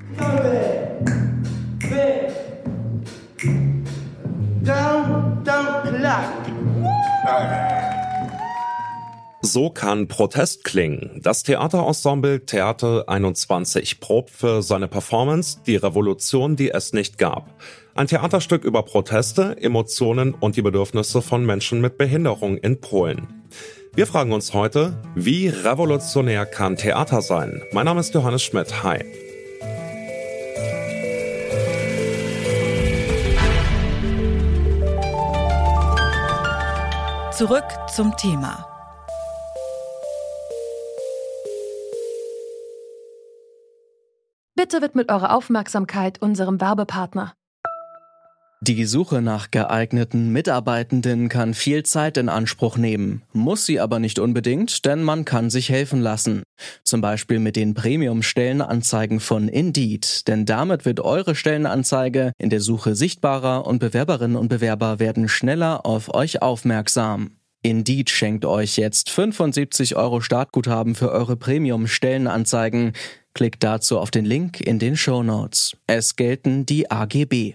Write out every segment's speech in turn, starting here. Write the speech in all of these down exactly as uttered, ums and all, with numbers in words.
Don't, don't clap. So kann Protest klingen. Das Theaterensemble Theater einundzwanzig probt für seine Performance Die Revolution, die es nicht gab. Ein Theaterstück über Proteste, Emotionen und die Bedürfnisse von Menschen mit Behinderung in Polen. Wir fragen uns heute, wie revolutionär kann Theater sein? Mein Name ist Johannes Schmidt. Hi. Zurück zum Thema. Bitte widmet eure Aufmerksamkeit unserem Werbepartner. Die Suche nach geeigneten Mitarbeitenden kann viel Zeit in Anspruch nehmen, muss sie aber nicht unbedingt, denn man kann sich helfen lassen. Zum Beispiel mit den Premium-Stellenanzeigen von Indeed, denn damit wird eure Stellenanzeige in der Suche sichtbarer und Bewerberinnen und Bewerber werden schneller auf euch aufmerksam. Indeed schenkt euch jetzt fünfundsiebzig Euro Startguthaben für eure Premium-Stellenanzeigen. Klickt dazu auf den Link in den Shownotes. Es gelten die A G B.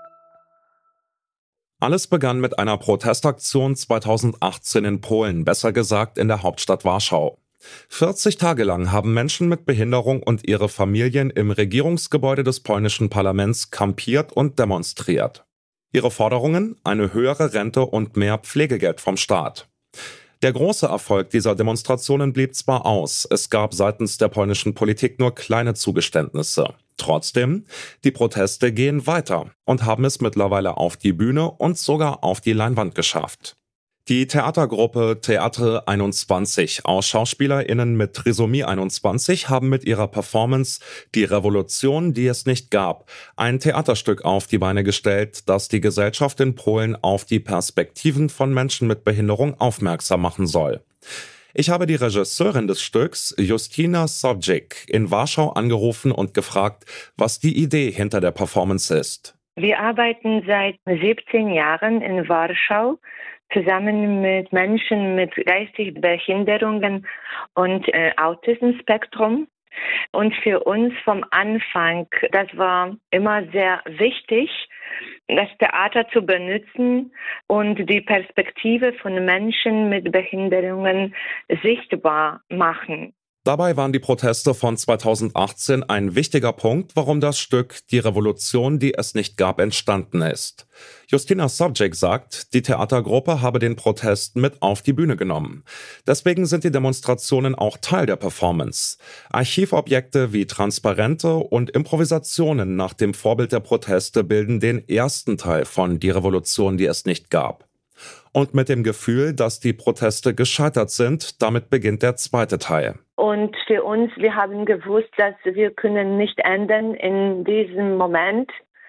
Alles begann mit einer Protestaktion zweitausendachtzehn in Polen, besser gesagt in der Hauptstadt Warschau. vierzig Tage lang haben Menschen mit Behinderung und ihre Familien im Regierungsgebäude des polnischen Parlaments kampiert und demonstriert. Ihre Forderungen? Eine höhere Rente und mehr Pflegegeld vom Staat. Der große Erfolg dieser Demonstrationen blieb zwar aus, es gab seitens der polnischen Politik nur kleine Zugeständnisse. Trotzdem, die Proteste gehen weiter und haben es mittlerweile auf die Bühne und sogar auf die Leinwand geschafft. Die Theatergruppe Theater einundzwanzig aus SchauspielerInnen mit Trisomie einundzwanzig haben mit ihrer Performance Die Revolution, die es nicht gab, ein Theaterstück auf die Beine gestellt, das die Gesellschaft in Polen auf die Perspektiven von Menschen mit Behinderung aufmerksam machen soll. Ich habe die Regisseurin des Stücks, Justyna Sobczyk, in Warschau angerufen und gefragt, was die Idee hinter der Performance ist. Wir arbeiten seit siebzehn Jahren in Warschau zusammen mit Menschen mit geistigen Behinderungen und äh, Autismus-Spektrum. Und für uns vom Anfang, das war immer sehr wichtig, das Theater zu benutzen und die Perspektive von Menschen mit Behinderungen sichtbar machen. Dabei waren die Proteste von zweitausendachtzehn ein wichtiger Punkt, warum das Stück Die Revolution, die es nicht gab, entstanden ist. Justyna Sobczyk sagt, die Theatergruppe habe den Protest mit auf die Bühne genommen. Deswegen sind die Demonstrationen auch Teil der Performance. Archivobjekte wie Transparente und Improvisationen nach dem Vorbild der Proteste bilden den ersten Teil von Die Revolution, die es nicht gab. Und mit dem Gefühl, dass die Proteste gescheitert sind, damit beginnt der zweite Teil. Und für uns, wir haben gewusst, dass wir können nicht ändern in diesem Moment.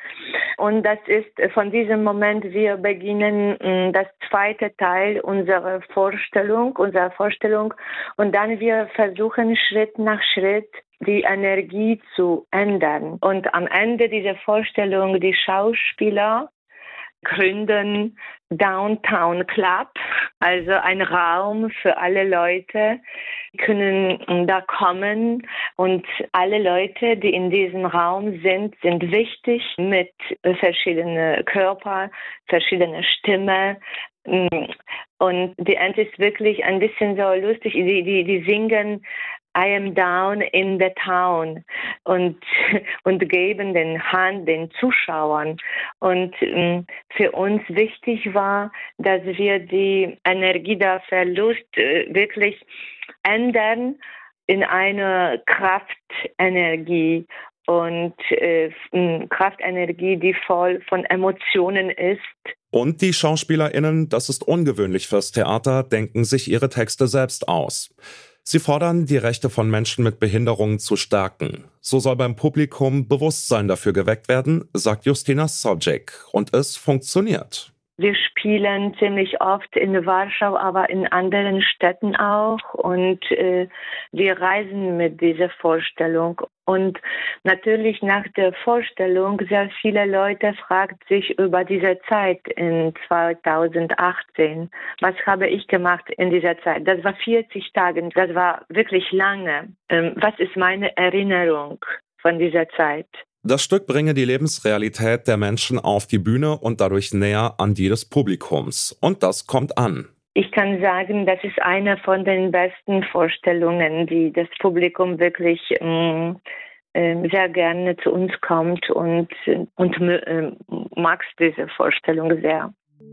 Und das ist von diesem Moment, wir beginnen das zweite Teil unserer Vorstellung, unserer Vorstellung. Und dann wir versuchen Schritt nach Schritt die Energie zu ändern. Und am Ende dieser Vorstellung, die Schauspieler gründen Downtown Club, also ein Raum für alle Leute, können da kommen und alle Leute, die in diesem Raum sind, sind wichtig mit verschiedenen Körper, verschiedenen Stimmen. Und die Ende ist wirklich ein bisschen so lustig, die, die, die singen I am down in the town und, und geben den Hand den Zuschauern. Und ähm, für uns wichtig war, dass wir die Energie der Verlust äh, wirklich ändern in eine Kraftenergie und äh, Kraftenergie, die voll von Emotionen ist. Und die SchauspielerInnen, das ist ungewöhnlich fürs Theater, denken sich ihre Texte selbst aus. Sie fordern, die Rechte von Menschen mit Behinderungen zu stärken. So soll beim Publikum Bewusstsein dafür geweckt werden, sagt Justyna Sobczyk. Und es funktioniert. Wir spielen ziemlich oft in Warschau, aber in anderen Städten auch. Und äh, wir reisen mit dieser Vorstellung. Und natürlich nach der Vorstellung, sehr viele Leute fragen sich über diese Zeit in zweitausendachtzehn. Was habe ich gemacht in dieser Zeit? Das war vierzig Tage, das war wirklich lange. Ähm, was ist meine Erinnerung von dieser Zeit. Das Stück bringe die Lebensrealität der Menschen auf die Bühne und dadurch näher an die des Publikums. Und das kommt an. Ich kann sagen, das ist eine von den besten Vorstellungen, die das Publikum wirklich ähm, äh, sehr gerne zu uns kommt und, und äh, mag diese Vorstellung sehr.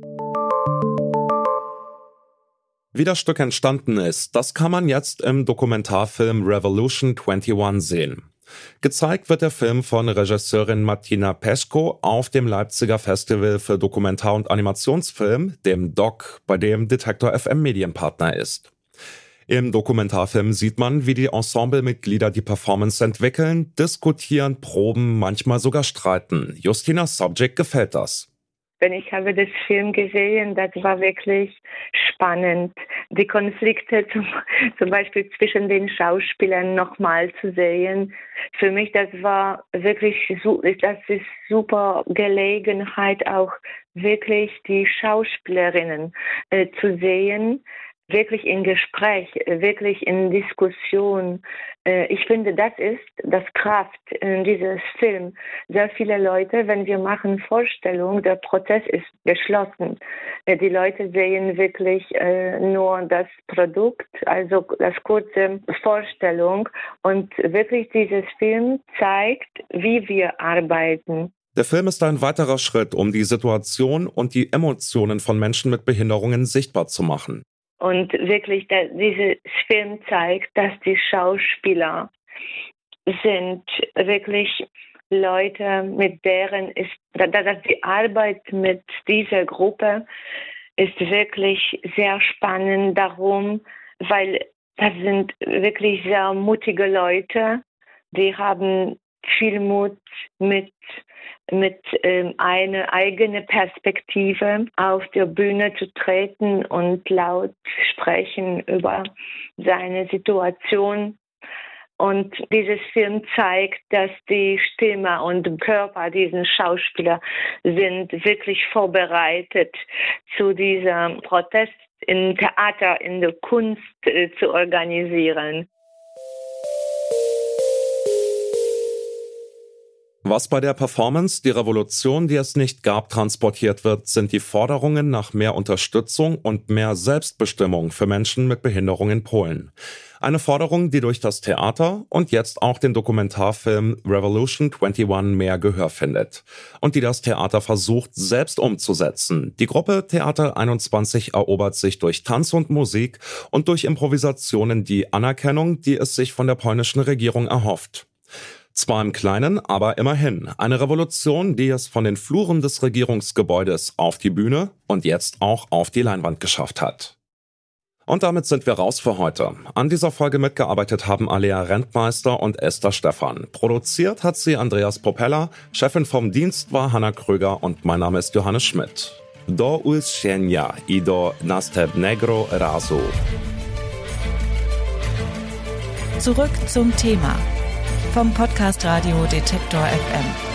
Wie das Stück entstanden ist, das kann man jetzt im Dokumentarfilm Revolution einundzwanzig sehen. Gezeigt wird der Film von Regisseurin Martina Peschko auf dem Leipziger Festival für Dokumentar- und Animationsfilm, dem D O C, bei dem Detektor F M Medienpartner ist. Im Dokumentarfilm sieht man, wie die Ensemblemitglieder die Performance entwickeln, diskutieren, proben, manchmal sogar streiten. Justina Sobczyk gefällt das. Wenn ich habe das Film gesehen, das war wirklich spannend. Die Konflikte zum, zum Beispiel zwischen den Schauspielern nochmal zu sehen. Für mich, das war wirklich, das ist super Gelegenheit, auch wirklich die Schauspielerinnen äh, zu sehen. Wirklich in Gespräch, wirklich in Diskussion. Ich finde, das ist das Kraft in dieses Film. Sehr viele Leute, wenn wir machen Vorstellung, der Prozess ist geschlossen. Die Leute sehen wirklich nur das Produkt, also das kurze Vorstellung. Und wirklich dieses Film zeigt, wie wir arbeiten. Der Film ist ein weiterer Schritt, um die Situation und die Emotionen von Menschen mit Behinderungen sichtbar zu machen. Und wirklich, der, dieser Film zeigt, dass die Schauspieler sind wirklich Leute, mit deren ist, dass die Arbeit mit dieser Gruppe ist wirklich sehr spannend darum, weil das sind wirklich sehr mutige Leute, die haben viel Mut mit mit ähm, einer eigenen Perspektive auf der Bühne zu treten und laut sprechen über seine Situation. Und dieses Film zeigt, dass die Stimme und Körper dieser Schauspieler sind wirklich vorbereitet, zu diesem Protest im Theater, in der Kunst äh, zu organisieren. Was bei der Performance Die Revolution, die es nicht gab, transportiert wird, sind die Forderungen nach mehr Unterstützung und mehr Selbstbestimmung für Menschen mit Behinderung in Polen. Eine Forderung, die durch das Theater und jetzt auch den Dokumentarfilm Revolution einundzwanzig mehr Gehör findet. Und die das Theater versucht, selbst umzusetzen. Die Gruppe Theater einundzwanzig erobert sich durch Tanz und Musik und durch Improvisationen die Anerkennung, die es sich von der polnischen Regierung erhofft. Zwar im Kleinen, aber immerhin. Eine Revolution, die es von den Fluren des Regierungsgebäudes auf die Bühne und jetzt auch auf die Leinwand geschafft hat. Und damit sind wir raus für heute. An dieser Folge mitgearbeitet haben Alea Rentmeister und Esther Stephan. Produziert hat sie Andreas Propeller, Chefin vom Dienst war Hanna Kröger und mein Name ist Johannes Schmidt. Do usłyszenia I do następnego razu. Zurück zum Thema vom Podcast Radio Detektor F M.